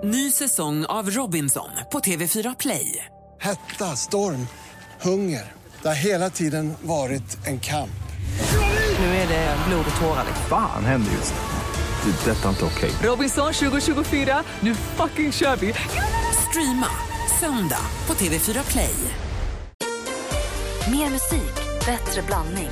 Ny säsong av Robinson på TV4 Play. Hetta, storm, hunger. Det har hela tiden varit en kamp. Nu är det blod och tårar. Fan händer just det. Det är detta inte okej. Robinson 2024, nu fucking kör vi. Streama söndag på TV4 Play. Mer musik, bättre blandning.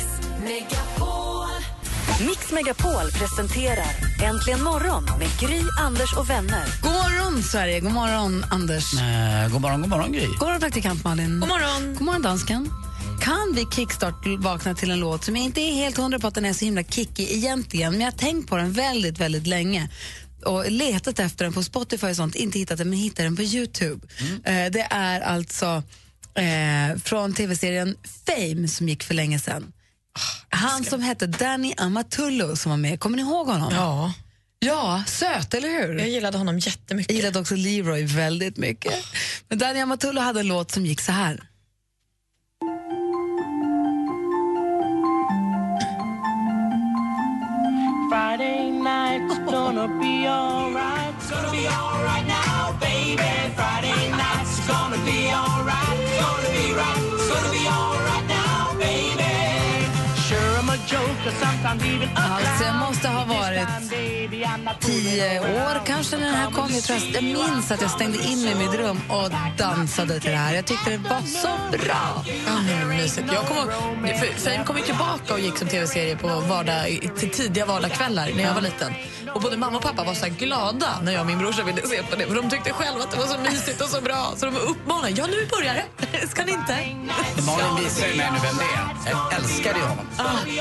Mix Megapol presenterar Äntligen morgon med Gry, Anders och vänner. God morgon Sverige, god morgon Anders. God morgon Gry. God morgon praktikant Malin. God morgon. God morgon dansken. Kan vi kickstart vakna till en låt som jag inte är helt 100 på att den är så himla kickig egentligen, men jag har tänkt på den väldigt, väldigt länge och letat efter den på Spotify och sånt, inte hittat den, men hittat den på YouTube. Det är alltså från tv-serien Fame som gick för länge sedan. Han som hette Danny Amatullo som var med, kommer ni ihåg honom? Ja. Ja, söt, eller hur? Jag gillade honom jättemycket. Jag gillade också Leroy väldigt mycket. Men Danny Amatullo hade en låt som gick så här. Friday night's gonna be alright. It's gonna be alright now, baby. Friday night's gonna be alright. It's gonna be right. It's gonna be alright now, baby. Sure I'm a joker, sometimes even Alltså jag måste ha varit 10 år kanske när den här kom. Jag minns att jag stängde in mig i mitt rum och dansade till det här. Jag tyckte det var så bra. Mysigt. Jag kommer ihåg, Fame kom ju tillbaka och gick som tv-serie på till tidiga vardagskvällar när jag var liten. Och både mamma och pappa var så här glada när jag och min brorsa ville se på det. För de tyckte själva att det var så mysigt och så bra. Så de uppmanade, ja nu börjar det. Ska ni inte? Malin visar ju mig nu vem det är. Jag älskade ju honom.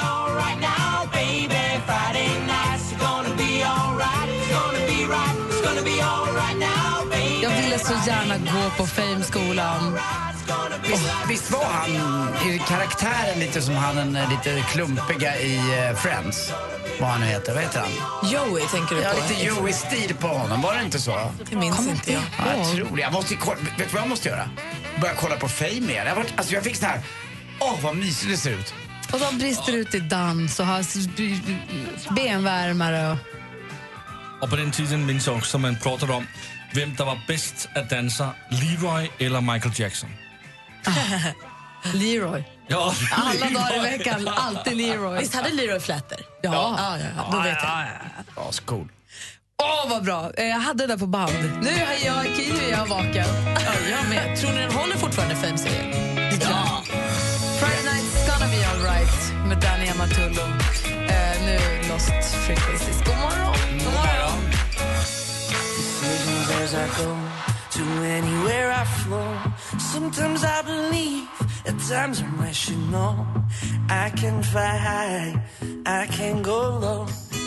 Jag ville så gärna gå på Fame-skolan. Visst var han i karaktären lite som han lite klumpiga i Friends? Vad han nu heter, vad heter han? Joey tänker du på? Ja, lite Joey-stil på honom, var det inte så? Det minns inte jag. Ja, jag tror det. Jag måste vet du vad jag måste göra? Börja kolla på Fame mer. Jag fick sån här, vad mysigt det ser ut. Och de brister ut i dans och har benvärmare. Och på den tiden minns jag också man pratade om vem der var bäst att dansa, Leroy eller Michael Jackson. Leroy. Ja, Alla dagar i veckan, alltid Leroy. Visst hade Leroy flätor? Ja. Då vet jag. Ja, så cool. Vad bra. Jag hade det där på band. Nu är jag vaken. Ja, jag med. Tror ni den håller fortfarande Fame-serien? Ja. Friday night's gonna be alright med Danny Amatullo. Nu Lost Frequencies. God morgon. God morgon. As I go to anywhere I flow. Sometimes I believe, at times I'm rational. I can fly high, I can go low.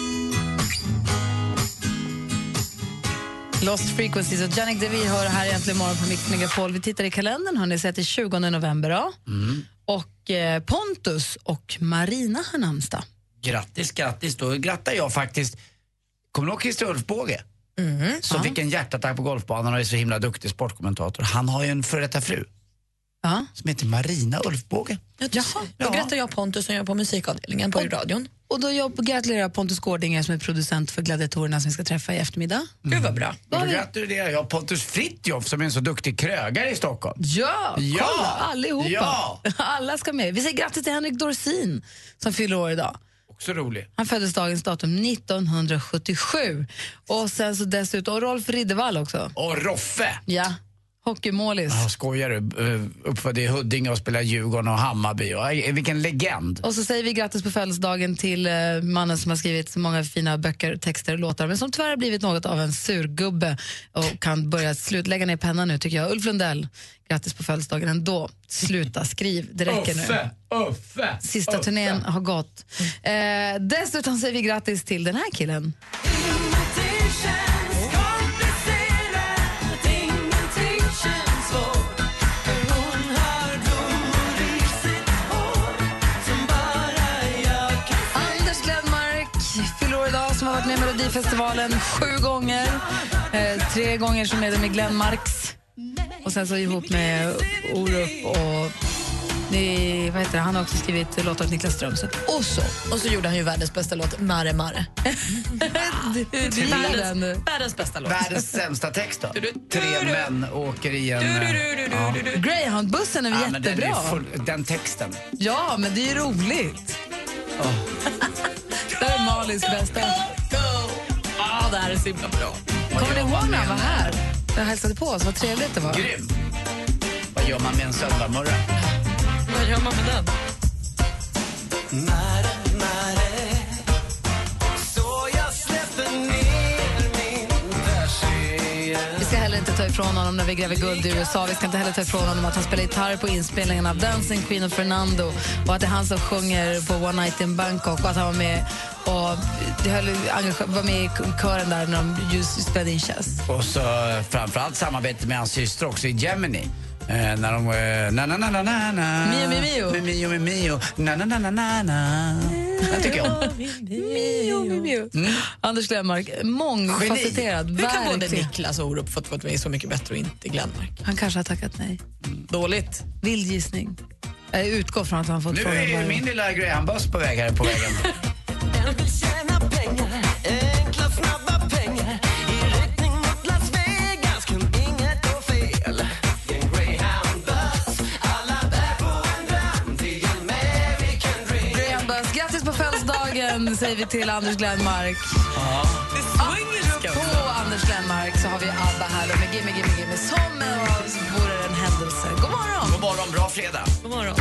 Lost Frequencies och Jannik Devi hör här egentligen morgon på Mix Megapol. Vi tittar i kalendern, har ni sett, det 20 november då. Och Pontus och Marina har namnsdag. Grattis. Då grattar jag faktiskt. Kommer du ihåg Christer Ulfbåge? Som fick en hjärtattack på golfbanan och är så himla duktig sportkommentator. Han har ju en före detta fru som heter Marina Ulfbåge. Då grattar jag Pontus som jobbar på musikavdelningen på radion. Och då gratulerar jag Pontus Gårdinger som är producent för Gladiatorerna som vi ska träffa i eftermiddag. Gud vad bra. Då gratulerar jag Pontus Fritjof som är en så duktig krögare i Stockholm. Ja, kolla allihopa. Ja. Alla ska med. Vi säger grattis till Henrik Dorsin som fyller år idag. Också rolig. Han föddes dagens datum 1977. Och sen så dessutom, och Rolf Riddervall också. Och Roffe. Ja, hockeymålis. Ja, skojar du? Uppfödd i Huddinge och spelar Djurgården och Hammarby. Vilken legend. Och så säger vi grattis på födelsedagen till mannen som har skrivit så många fina böcker, texter och låtar, men som tyvärr har blivit något av en surgubbe och kan börja lägga ner pennan nu tycker jag. Ulf Lundell, grattis på födelsedagen ändå. Sluta, skriv, det räcker nu. Uffe. Sista turnén har gått. Dessutom säger vi grattis till den här killen. Anders Glenmark fyller år idag, som har varit med i Melodifestivalen 7 gånger. 3 gånger som medlem i Glenmarks. Och sen så ihop med Orup och Vad heter det? Han har också skrivit låtar åt Niklas Strömstedt. Och så gjorde han ju världens bästa låt, Mare Mare. Världens bästa låt. Världens sämsta text då. 3 män åker i en... Greyhound-bussen är jättebra. Den texten. Ja, men det är roligt. Det är Malins bästa. Det här är så himla bra. Kommer ni ihåg när han var här? Jag hälsade på oss, vad trevligt det var. Grym. Vad gör man med en söndagmorgon? Vad gör man med den? Vi ska heller inte ta ifrån honom när vi gräver guld i USA. Vi ska inte heller ta ifrån honom att han spelar gitarr på inspelningen av Dancing Queen of Fernando och att det är han som sjunger på One Night in Bangkok och att han var med och var med i kören där när de just spelade in Chess. Och så framförallt samarbete med hans syster också i Gemini. När de Mio det tycker jag. Mio. Anders Glenmark, mångfacetterad. Hur kan både Niklas och Orup fått med så mycket bättre och inte Glenmark? Han kanske har tackat nej. Dåligt. Vild gissning. Jag utgår från att han fått frågan. Nu är min lilla Graham-buss på väg här på vägen. Säger vi till Anders Glenmark. På Anders Glenmark så har vi ABBA här med Gimme som vore en händelse. God morgon. God morgon, bra fredag. God morgon.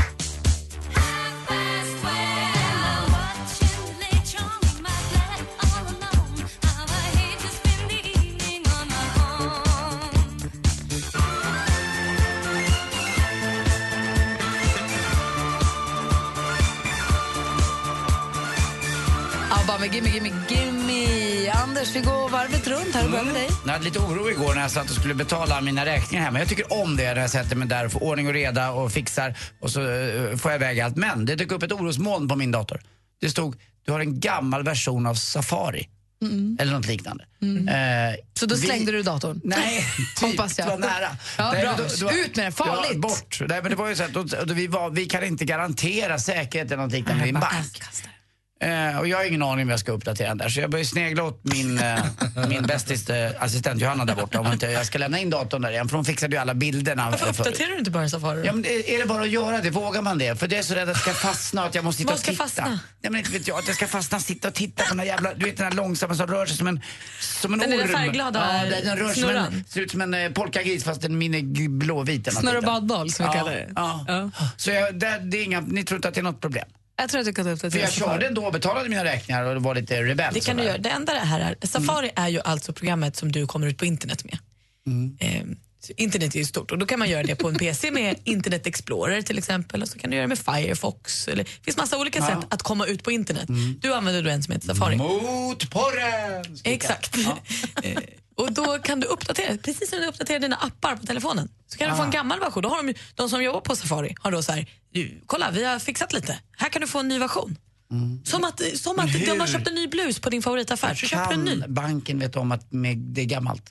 Gimme. Anders, vi går varvet runt här och börjar med dig. Jag hade lite oro igår när jag satt och skulle betala mina räkningar hemma. Jag tycker om det när jag sätter mig där och får ordning och reda och fixar och så får jag iväg allt. Men det dök upp ett orosmoln på min dator. Det stod, du har en gammal version av Safari. Eller något liknande. Så då slängde du datorn? Nej, hoppas jag. Det var nära. Ja, nej, bra. Ut med det, farligt. Ja, bort. Nej, men det var ju så att vi kan inte garantera säkerhet eller något liknande i en bank. Och jag har ingen aning om jag ska uppdatera den där. Så jag börjar snegla åt min bästaste assistent Johanna där borta. Om inte jag ska lämna in datorn där igen. För hon fixade ju alla bilderna. Varför uppdaterar du inte bara Safari? Ja, men är det bara att göra det? Vågar man det? För det är så rädd att det ska fastna att jag måste sitta och titta. Vad ska fastna? Ja, men inte vet jag. Att jag ska fastna och sitta och titta på den där jävla... Du vet den här långsamma som rör sig som en orm. Den är färgglada den rör sig ser ut som en polkagris fast den min är blåvit. Snurr och badboll som vi kallar det. Ja. Så det är inga... Ni tror inte att det är något problem? Jag tror att du kan uppdatera. För jag körde ändå och betalade mina räkningar och var lite rebell. Det kan du göra. Det enda det här är, Safari är ju alltså programmet som du kommer ut på internet med. Internet är ju stort och då kan man göra det på en PC med Internet Explorer till exempel och så kan du göra det med Firefox. Eller, det finns massa olika sätt att komma ut på internet. Du använder då en som heter Safari. Mot porren! Exakt. Och då kan du uppdatera, precis som du uppdaterar dina appar på telefonen. Så kan du få en gammal version. Då har de som jobbar på Safari har då så här, kolla vi har fixat lite. Här kan du få en ny version. Som att de har köpt en ny blus på din favoritaffär. Så köper du en ny. Banken vet om att det är gammalt.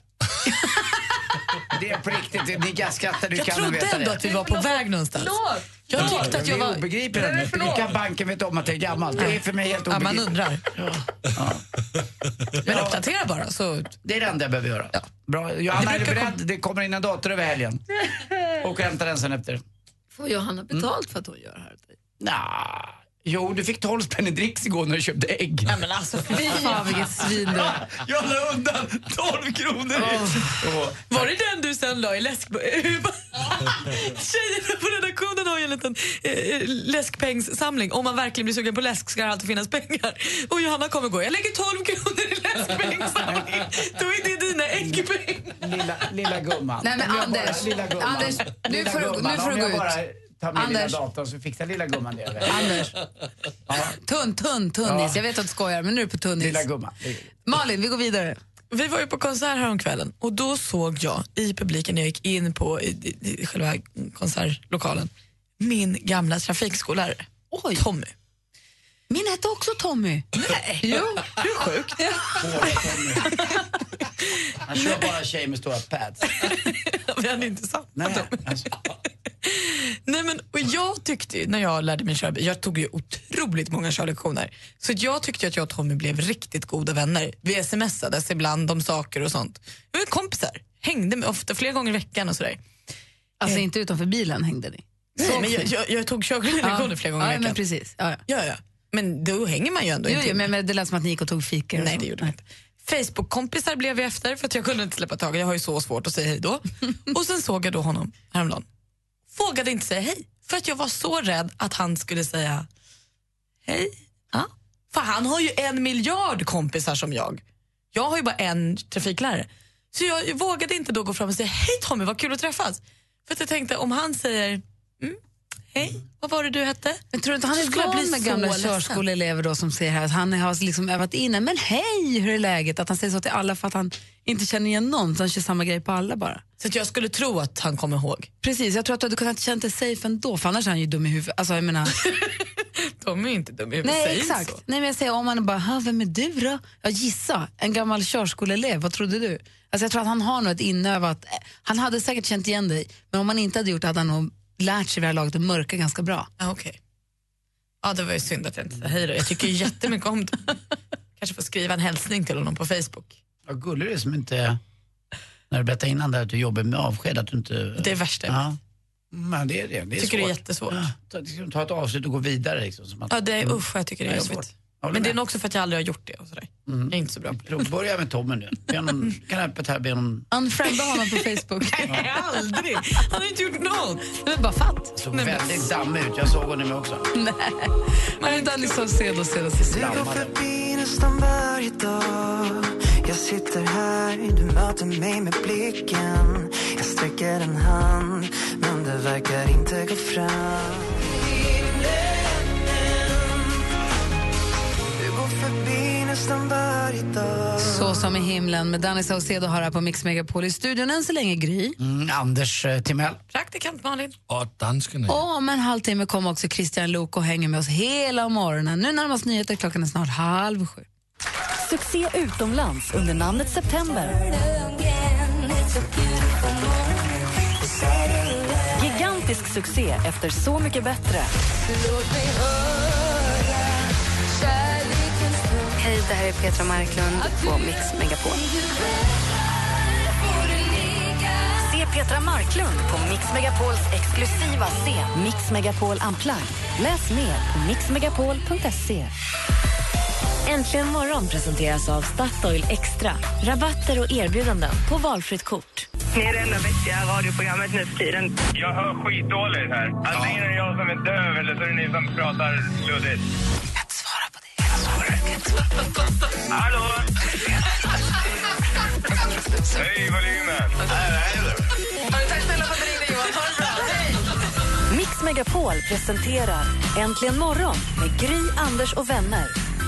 Det är på riktigt, ni gaskattar, du jag kan veta det. Jag trodde ändå att vi var på väg någonstans. Jag tyckte att jag var... Hur kan banken veta om att det är gammalt? Det är för mig helt obegripligt. Ja, man undrar. Men uppdatera bara. Så... Det är det enda jag behöver göra. Ja. Bra. Johanna, är du beredd? Det kommer in en dator över helgen. Och hämta den sen efter. Får Johanna betalt för att hon gör det här? Nej. Jo, du fick 12 spänn i dricks igår när du köpte ägg. Ja, men alltså, fan vilket svin du. Jag la undan 12 kronor. Var det den du sen la i läsk... Tjejerna på redaktionen har ju en liten läskpengssamling. Om man verkligen blir sugen på läsk ska det alltid finnas pengar. Och Johanna kommer gå, jag lägger 12 kronor i läskpengssamling. Då är det dina äggpengar. Lilla gumman. Nej, men Anders, nu får du gå ut. Ta med lilla datorn så fixar lilla gumman det. Anders. Tunnis. Jag vet att du skojar, men nu är du på tunnis. Lilla gumman. Malin, vi går vidare. Vi var ju på konsert här om kvällen och då såg jag i publiken när jag gick in på i själva konsertlokalen min gamla trafikskollärare. Oj. Tommy. Min hette också Tommy. Nej. Jo. Du är sjuk. Han kör bara tjej med stora pads. Men han är inte sant. Nej, alltså. Nej, men och jag tyckte när jag lärde mig köra bil, jag tog ju otroligt många körlektioner. Så jag tyckte att jag och Tommy blev riktigt goda vänner. Vi smsades ibland om saker och sånt. Vi var kompisar, hängde med ofta flera gånger i veckan och sådär. Alltså inte utanför bilen hängde ni? Nej, men jag tog körlektioner flera gånger i veckan. Men precis. Ja. Men då hänger man ju ändå. Men det lät som att ni gick och tog fikor. Nej, det gjorde vi inte. Facebook-kompisar blev vi efter för att jag kunde inte släppa taget. Jag har ju så svårt att säga hej då. Och sen såg jag då honom häromdagen. Vågade inte säga hej. För att jag var så rädd att han skulle säga hej. Ja. För han har ju 1 miljard kompisar som jag. Jag har ju bara en trafiklärare. Så jag vågade inte då gå fram och säga hej Tommy, vad kul att träffas. För att jag tänkte om han säger hej, vad var det du hette? Jag tror inte han är van med gamla körskoleelever då som säger här att han har liksom övat innan. Men hej, hur är läget? Att han säger så till alla för att han inte känner igen någon. Så han kör samma grej på alla bara. Så att jag skulle tro att han kommer ihåg. Precis, jag tror att du hade kunnat känna dig safe ändå. För annars är han ju dum i huvudet. Alltså jag menar... De är inte dum i huvudet. Nej, exakt. Så. Nej, men jag säger om man bara, vem är du då? Jag gissa, en gammal körskoleelev. Vad trodde du? Alltså jag tror att han har nog ett inövat... Han hade säkert känt igen dig. Men om han inte hade gjort det hade han nog lärt sig vid det här laget att mörka ganska bra. Okej. Ja, det var ju synd att jag inte sa hej då. Jag tycker ju jättemycket om det. Kanske får skriva en hälsning till honom på Facebook. Vad gullig det som inte... När du berättade innan där att du jobbar med avsked, att du inte... Det är värsta. Ja. Men det är det. Det är tycker svårt. Det är jättesvårt. Ta ett avslut och gå vidare. Liksom, som att, ja, det är jag tycker det är jobbigt. Men det är nog också för att jag aldrig har gjort det. Och sådär. Jag är inte så bra på det. Börja med Tommy nu. Kan öppet här be honom... Unfrienda honom på Facebook. Nej, aldrig. Han har inte gjort något. Det är bara fatt. Såg väldigt damm ut. Jag såg honom också. Nej. Man är inte liksom se då. Det går förbi nästan varje dag. Jag sitter här, du möter mig med blicken. Jag sträcker en hand, men det verkar inte gå fram. Du går förbi nästan varje dag. Så som i himlen med Danny Saucedo har här på Mix Megapol i studion än så länge Gry. Anders Timell. Praktikant Malin. Och danskarna. Om en halvtimme kommer också Christian Luuk och hänger med oss hela morgonen. Nu närmast nyheter, klockan är snart 6:30. Succé utomlands under namnet September. Gigantisk succé efter Så mycket bättre. Hej, det här är Petra Marklund på Mix Megapol. Se Petra Marklund på Mix Megapols exklusiva scen Mix Megapol Unplugged. Läs mer på mixmegapol.se. Äntligen morgon presenteras av Statoil Extra. Rabatter och erbjudanden på valfritt kort. Ni är det enda vettiga radioprogrammet nu för tiden. Jag hör skitdåligt här. Antingen är det jag som är döv eller så är det ni som pratar luddigt. Jag kan inte svara på det. Hallå? Hej, volymen. Tack snälla för att du ringde, Johan. Ha det bra. Hej! Mix Megapol presenterar Äntligen morgon med Gry, Anders och vänner.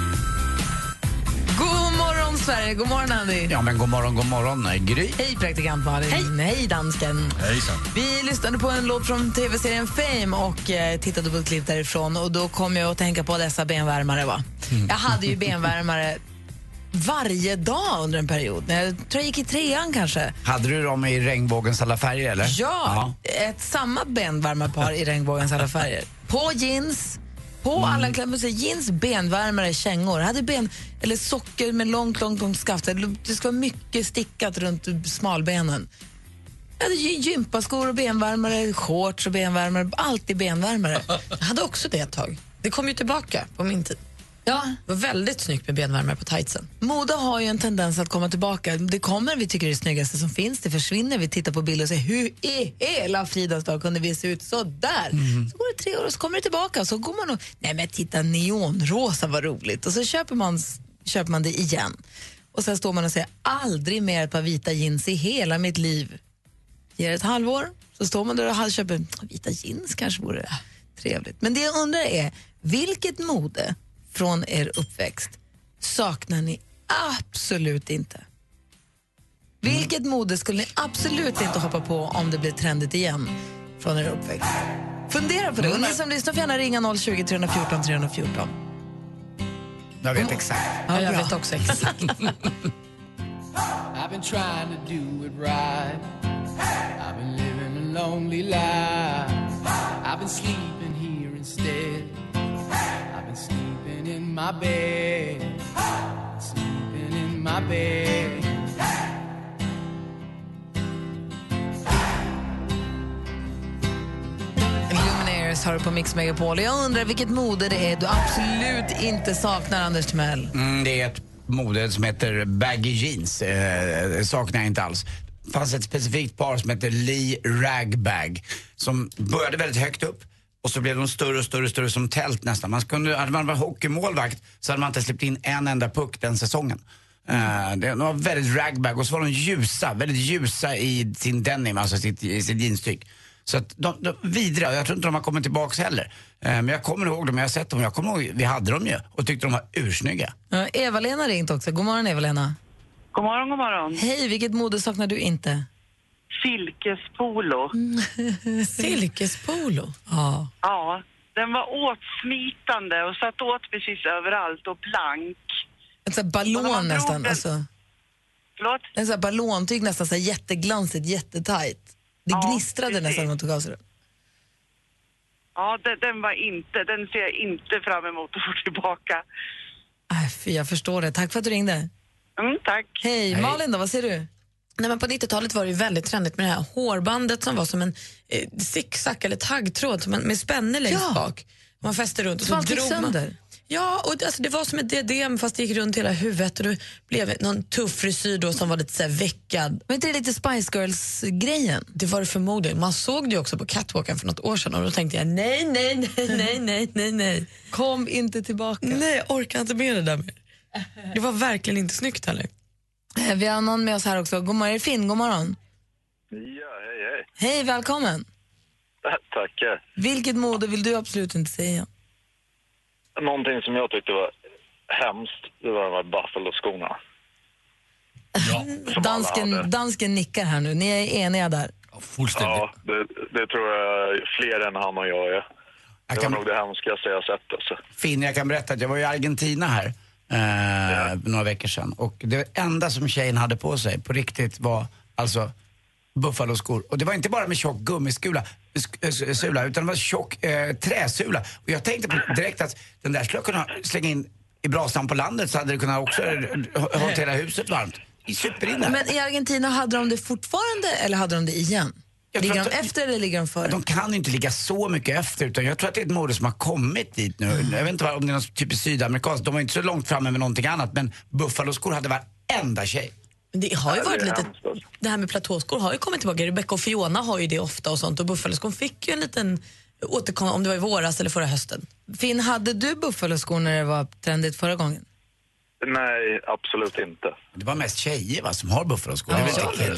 God morgon Sverige, god morgon Andy. Ja men god morgon Gry. Hej praktikant Malin. Hej dansken. Hejsan. Vi lyssnade på en låt från tv-serien Fame och tittade på ett klipp därifrån och då kom jag att tänka på dessa benvärmare va. Jag hade ju benvärmare varje dag under en period. Jag tror jag gick i 3:an kanske. Hade du dem i regnbågens alla färger eller? Ja. Samma benvärmarpar i regnbågens alla färger. På jeans. På alla kläder, jeans, benvärmare, kängor. Hade eller socker med långt skaft. Det ska vara mycket stickat runt smalbenen. Jag hade gympaskor och benvärmare, shorts och benvärmare, alltid benvärmare. Jag hade också det ett tag. Det kom ju tillbaka på min tid. Ja. Det var väldigt snyggt med benvärmare på tightsen. Moda har ju en tendens att komma tillbaka. Det kommer, vi tycker det är det snyggaste som finns. Det försvinner, vi tittar på bilder och säger hur i hela Fridas dag kunde vi se ut så där. Så går det 3 år och så kommer det tillbaka. Så går man och, nej men titta, neonrosa var roligt. Och så köper man det igen. Och sen står man och säger aldrig mer ett par vita jeans i hela mitt liv. Ger ett halvår så står man där och köper vita jeans, kanske vore trevligt. Men det jag undrar är, vilket mode från er uppväxt saknar ni absolut inte? Vilket mode skulle ni absolut inte hoppa på om det blir trendigt igen från er uppväxt? Fundera på det. Och ni som lyssnar får gärna ringa 020 314 314. Jag vet exakt. Ja, jag vet också exakt. I've been trying to do it right. I've been living a lonely life. I've been sleeping my bed, sleeping in my bed. Lumineers har du på Mix Megapol. Jag undrar vilket mode det är du absolut inte saknar, Anders Timell. Det är ett mode som heter baggy jeans. Saknar jag inte alls. Det fanns ett specifikt par som heter Lee Ragbag som började väldigt högt upp och så blev de större som tält nästan. Hade man varit hockeymålvakt så hade man inte släppt in en enda puck den säsongen. De var väldigt ragbag och så var de väldigt ljusa i sin denim, alltså i sitt jeanstyg. Så att de vidare, jag tror inte de har kommit tillbaka heller. Men jag kommer ihåg dem, jag har sett dem, jag kommer ihåg, vi hade dem ju och tyckte de var ursnygga. Eva-Lena har ringt också. God morgon, Eva-Lena. God morgon. Hej, vilket mode saknar du inte? Silkespolo. Silkespolo? Ja. Ja, den var åtsmitande och satt åt precis överallt och blank. En sån här ballon nästan, alltså. Förlåt? En sån här ballontyg nästan, så här jätteglansigt, jättetajt. Det gnistrade nästan när man tog av sig det. Ja, den ser jag inte fram emot att få tillbaka. Jag förstår det. Tack för att du ringde. Tack. Hej. Malin då, vad säger du? Nej, men på 90-talet var det ju väldigt trendigt med det här hårbandet som var som en zigzag eller taggtråd med spänne längst bak. Man fäste runt och så drog man. Ja, och alltså, det var som ett diadem fast det gick runt hela huvudet och det blev någon tuff frisyr då som var lite så här veckad. Men inte det lite Spice Girls-grejen? Det var det förmodligen. Man såg det ju också på catwalken för något år sedan och då tänkte jag nej. Kom inte tillbaka. Nej, jag orkar inte med det där mer. Det var verkligen inte snyggt heller. Vi har någon med oss här också. God morgon, Finn, god morgon. Ja, hej. Hej, välkommen. Tackar. Vilket mode vill du absolut inte säga? Någonting som jag tyckte var hemskt, det var de här Buffalo-skorna. Ja. Dansken nickar här nu. Ni är eniga där? Fullständigt. Ja, det tror jag fler än han och jag är. Det var nog det hemskaste jag sett. Alltså. Finn, jag kan berätta att jag var i Argentina här några veckor sedan. Och det enda som tjejen hade på sig på riktigt var alltså buffaloskor. Och det var inte bara med tjock gummisula utan det var tjock träsula. Och jag tänkte på direkt att den där skulle jag kunna slänga in i brasan på landet så hade det kunnat också hålla hela huset varmt. Superinne. Men i Argentina hade de det fortfarande eller hade de det igen? Ligger de efter eller ligger de före? De kan inte ligga så mycket efter utan jag tror att det är ett mode som har kommit dit nu. Jag vet inte om det är någon typ sydamerikanskt. De var inte så långt framme med någonting annat men buffaloskor hade varenda tjej. Det har ju varit lite, det här med platåskor har ju kommit tillbaka. Rebecca och Fiona har ju det ofta och sånt och buffaloskor fick ju en liten återkom om det var i våras eller förra hösten. Finn, hade du buffaloskor när det var trendigt förra gången? Nej, absolut inte. Det var mest tjejer va, som har buffaloskor. Det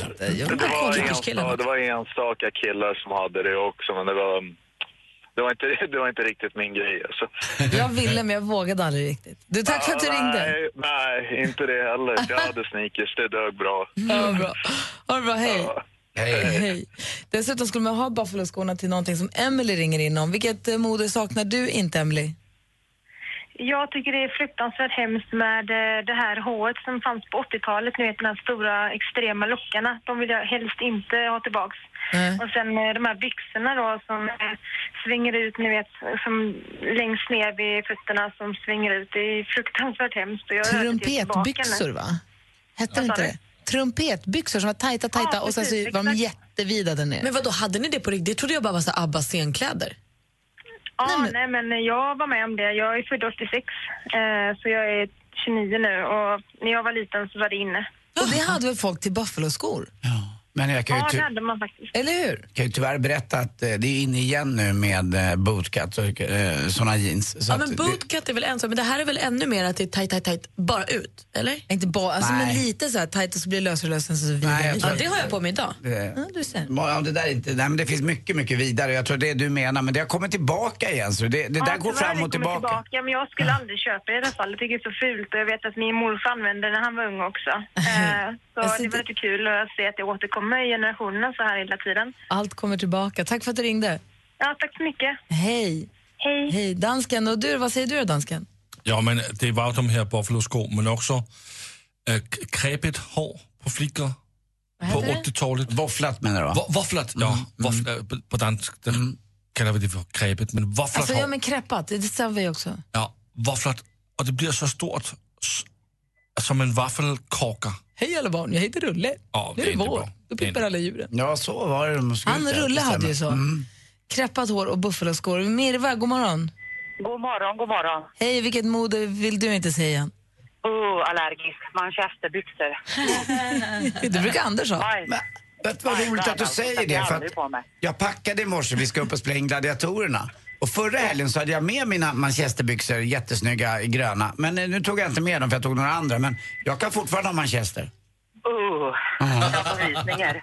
var enstaka killar som hade det också men det var inte riktigt min grej alltså. Jag ville men jag vågade aldrig riktigt. Du, tack för att du ringde. Nej, inte det heller. Jag hade sneakers, det dög bra. Ja, bra. Ha det bra, hej. Ja. Hej. Dessutom skulle man ha buffaloskorna till någonting som Emily ringer in om. Vilket mode saknar du inte, Emily? Jag tycker det är fruktansvärt hemskt med det här håret som fanns på 80-talet. Ni vet, de här stora extrema lockarna. De vill jag helst inte ha tillbaks. Och sen de här byxorna då som svänger ut, ni vet, som längst ner vid fötterna som svänger ut. Det är fruktansvärt hemskt. Trumpetbyxor, va? Hette det inte det? Trumpetbyxor som var tajta och sen så var de jättevida där nere. Men vad då hade ni det på riktigt? Det trodde jag bara var så Abba scenkläder. Ja, nej men jag var med om det. Jag är född 86, så jag är 29 nu och när jag var liten så var det inne. Och det hade väl folk till buffaloskor? Ja. Men jag kan det hade man faktiskt. Eller hur? Jag kan ju tyvärr berätta att det är inne igen nu med bootcut och såna jeans. Så ja, men bootcut är väl en sak, men det här är väl ännu mer att det är tight, bara ut, eller? Inte bara, alltså men lite så här tight och så blir lösare så vidare. Ja, det har jag på mig idag. Du ser. Ja, det där är inte, nej men det finns mycket vidare. Jag tror det är det du menar, men det har kommit tillbaka igen så det där går fram och tillbaka. Men jag skulle aldrig köpa det i alla fall. Jag tycker det är så fult och jag vet att min morfar använde när han var ung också. Så det var lite kul att se att det återkommer i generationerna så här hela tiden. Allt kommer tillbaka. Tack för att du ringde. Ja, tack så mycket. Hej. Hej, dansken. Och du, vad säger du då, dansken? Ja, men det var de här buffaloskor, men också kräpigt hår på flickor på 80-talet. Våfflat menar du va? Våfflat, ja. På dansk kallar vi det för kräpigt, men våfflat alltså, hår. Ja, men kräppat, det säger vi också. Ja, våfflat och det blir så stort som en vaffelkorka. Hej alla barn, jag heter Rulle. Ja, nu är det vår. Då pippar alla djuren. Ja, så var det. Han Rulle hade ju så. Kräppat hår och buffaloskor. Mirva, god morgon. God morgon, god morgon. Hej, vilket mode vill du inte säga? Allergisk. Manchesterbyxor. Det brukar Anders ha. Det var roligt att du säger det, för att jag packade i morse, vi ska upp och spela in Gladiatorerna. Och förra helgen så hade jag med mina manchesterbyxor, jättesnygga gröna. Men nu tog jag inte med dem för jag tog några andra. Men jag kan fortfarande ha manchester. Jag får rysningar.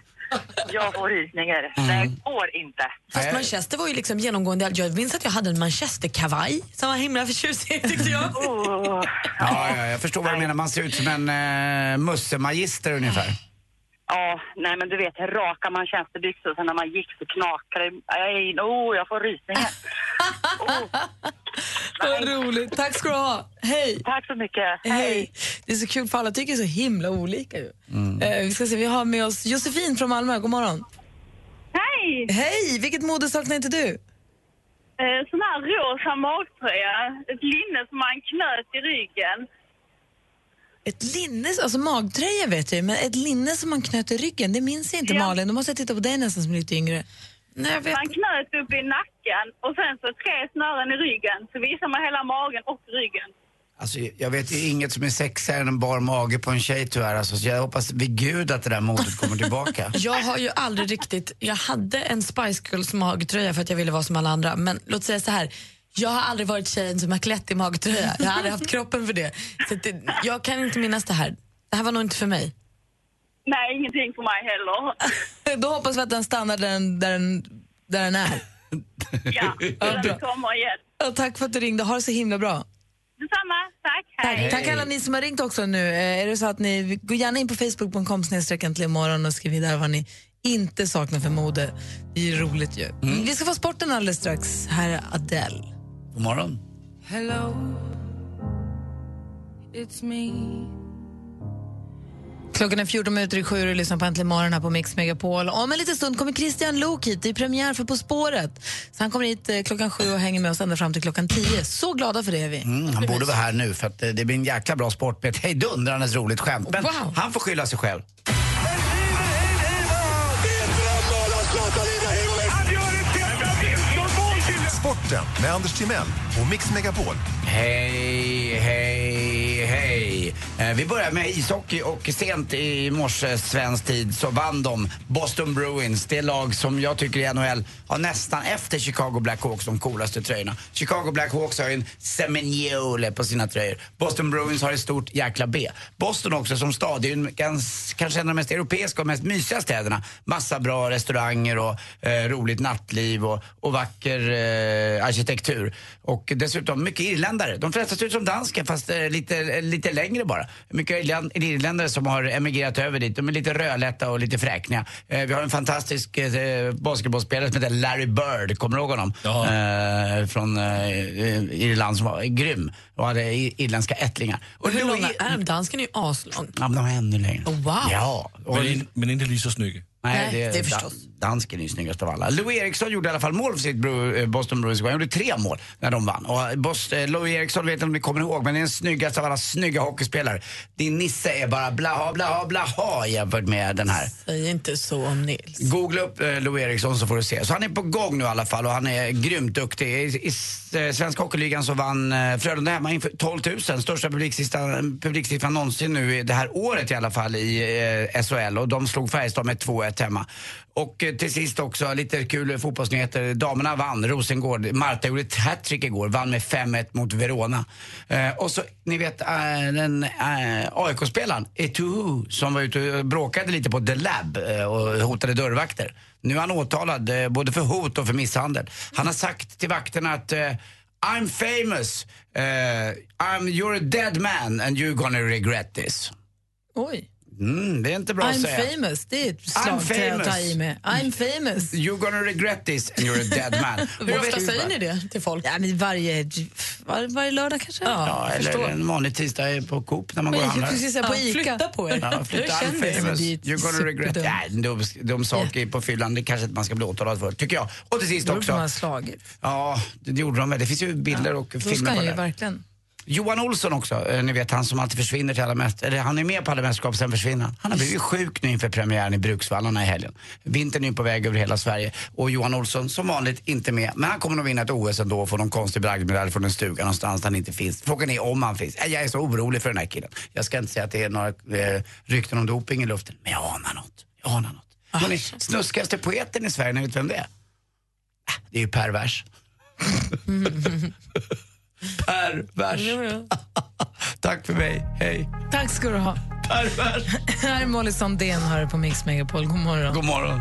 Det går inte. Fast manchester var ju liksom genomgående. Jag minns att jag hade en manchesterkavaj som var himla förtjusig, tyckte jag. Ja, jag förstår vad du menar. Man ser ut som en mussemagister ungefär. Ja, nej men du vet, raka manchesterbyxor och sen när man gick så knakade jag får rysningar. Vad roligt. Tack ska du ha. Hej. Tack så mycket. Hej. Det är så kul för alla tycker så himla olika ju. Vi ska se, vi har med oss Josefin från Malmö. God morgon. Hej. Hej. Vilket mode saknar inte du? Sån här rosa magtröja. Ett linne som man knöt i ryggen. Ett linne, alltså magtröja vet jag, men ett linne som man knöt i ryggen, det minns jag inte, Malin. Då måste jag titta på dig nästan som lite yngre. Nej, man knöt upp i nacken och sen så 3 snören i ryggen. Så visar man hela magen och ryggen. Alltså, jag vet ju inget som är sexigare än en bar mage på en tjej tyvärr. Alltså, så jag hoppas vid Gud att det där modet kommer tillbaka. Jag har ju aldrig riktigt... Jag hade en Spice Girls magtröja för att jag ville vara som alla andra. Men låt säga så här... Jag har aldrig varit tjejen som har klätt i magtröja. Jag har aldrig haft kroppen för det. Så jag kan inte minnas det här. Det här var nog inte för mig. Nej, ingenting för mig heller. Då hoppas vi att den stannar där den är. Ja, den kommer igen. Och tack för att du ringde. Ha det så himla bra. Detsamma, tack. Hej. Tack alla ni som har ringt också nu. Är det så att ni går gärna in på facebook.com/äntligen och skriver där vad ni inte saknar för mode. Det är roligt ju. Vi ska få sporten alldeles strax. Här är Adele. God morgon. Hello, it's me. Klockan är 14:07 och lyssnar på Äntligen morgon här på Mix Megapol. Om en liten stund kommer Christian Lok hit. Det är premiär för På spåret. Så han kommer hit klockan 7 och hänger med oss ända fram till klockan 10. Så glada för det är vi. Han borde vara här nu för att det blir en jäkla bra sport med ett hejdundrandes roligt skämt. Men han får skylla sig själv. Sporten med Anders Timell och Mix Megapol. Hej, hej, hej. Vi börjar med ishockey och sent i morse svensk tid så vann de Boston Bruins, det lag som jag tycker i NHL har nästan efter Chicago Blackhawks de coolaste tröjorna. Chicago Blackhawks har ju en Seminole på sina tröjor. Boston Bruins har ett stort jäkla B. Boston också som stad är ju kanske en av de mest europeiska och mest mysiga städerna. Massa bra restauranger och roligt nattliv och vacker arkitektur. Och dessutom mycket irländare. De flesta ser ut som danska fast lite längre bara. Mycket irländare som har emigrerat över dit. De är lite rödlätta och lite fräkniga. Vi har en fantastisk basketbollspelare som heter Larry Bird. Kommer du ihåg honom? Från Irland som var grym och hade irländska ättlingar. Och hur långa är de? Dansken är ju aslång. Ja, de är ännu längre. Oh, wow. Ja. Men inte lika snygga. Nej, det är förstås. Dansken är ju snyggast av alla. Louis Eriksson gjorde i alla fall mål för sitt Boston Bruins. Han gjorde 3 mål när de vann. Och Louis Eriksson vet inte om ni kommer ihåg, men det är den snyggaste av alla snygga hockeyspelare. Din Nisse är bara blaha, blaha, blaha jämfört med den här. Säg inte så om Nils. Googla upp Louis Eriksson så får du se. Så han är på gång nu i alla fall och han är grymt duktig. I svenska hockeyligan så vann Frölunda hemma inför 12 000. Största publiksiffran någonsin nu det här året i alla fall i SHL. Och de slog Färjestad med 2-1 hemma. Och till sist också lite kul fotbollsnyheter. Damerna vann, Rosengård. Marta gjorde ett hattrick igår, vann med 5-1 mot Verona. Och så, ni vet, den AIK-spelaren Etuhu som var ute och bråkade lite på The Lab och hotade dörrvakter. Nu är han åtalad både för hot och för misshandel. Han har sagt till vakterna att I'm famous, you're a dead man and you're gonna regret this. Oj. Det är inte bra att säga. I'm famous, det är ett slag till att ta i med. I'm famous. You're gonna regret this and you're a dead man. Hur ofta säger ni det till folk? Ja, men varje lördag kanske. Ja, eller en vanlig tisdag på Coop när man går och handlar. Precis, på Ica. Flytta på er. Ja, flytta. I'm famous. You're gonna regret. Nej, de saker på fyllan, det kanske inte man ska bli åtalad för, tycker jag. Och till sist också. Slagit. Ja, det gjorde de väl. Det finns ju bilder och filmer på det. Verkligen. Johan Olsson också, ni vet han som alltid försvinner till alla eller han är med på alla mästerskap sen försvinner han. Han har blivit sjuk nu inför premiären i Bruksvallarna i helgen. Vintern är på väg över hela Sverige och Johan Olsson som vanligt inte med. Men han kommer nog vinna ett OS ändå och få någon konstig bragdmedalj från en stuga någonstans där han inte finns. Frågan är om han finns. Jag är så orolig för den här killen. Jag ska inte säga att det är några rykten om doping i luften, men jag anar något. Han är snuskaste poeten i Sverige, ni vet vem det är? Det är ju pervers. Pervers. Tack för mig, hej. Tack ska du ha. Pervers. Här är Molly Sandén, hör på Mix Megapol. God morgon. God morgon.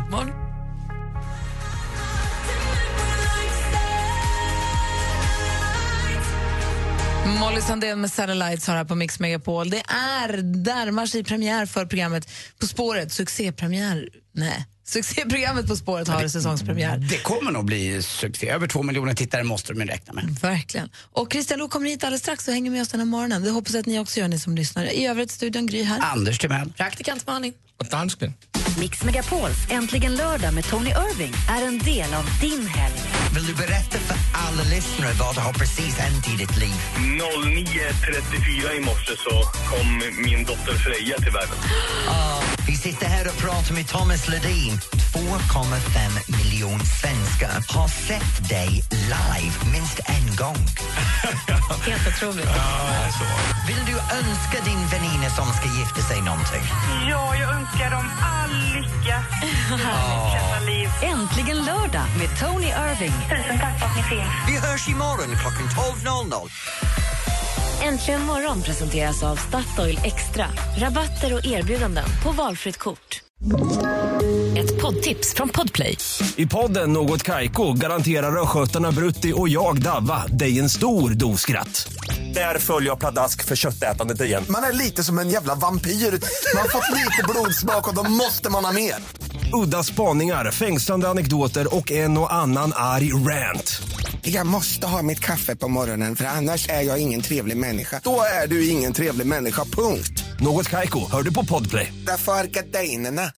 Molly Sandén med Satellites har här på Mix Megapol. Det närmar sig premiär för programmet På spåret. Succéprogrammet På spåret har säsongspremiär. Det kommer nog bli succé. Över 2 miljoner tittare måste de räkna med. Verkligen. Och Christian Lok kommer hit alldeles strax och hänger med oss den här morgonen. Det hoppas att ni också gör, ni som lyssnar. I övrigt studion Gry här. Anders Timell. Praktikant Malin. Och dansken. Mix Megapols Äntligen lördag med Tony Irving är en del av din helg. Vill du berätta för alla lyssnare vad har precis hänt i ditt liv? 09:34 i morse så kom min dotter Freja till världen. Vi sitter här och pratar med Thomas Ledin. 2,5 miljoner svenskar har sett dig live minst en gång. Helt otroligt. Vill du önska din väninna som ska gifta sig någonting? Ja, jag önskar dem all lycka. Liv. Äntligen lördag med Tony Irving. Tusen tack för att ni finns. Vi hörs imorgon klockan 12:00. Äntligen morgon presenteras av Statoil Extra. Rabatter och erbjudanden på valfritt kort. Ett poddtips från Podplay. I podden Något Kaiko garanterar östgötarna Brutti och jag Davva dig en stor doskratt. Där följer jag pladask för köttätandet igen. Man är lite som en jävla vampyr. Man har fått lite blodsmak och då måste man ha mer. Udda spaningar, fängslande anekdoter och en och annan arg rant. Jag måste ha mitt kaffe på morgonen för annars är jag ingen trevlig människa. Då är du ingen trevlig människa, punkt. Något Kaiko, hör du på Podplay. Därför är gardinerna.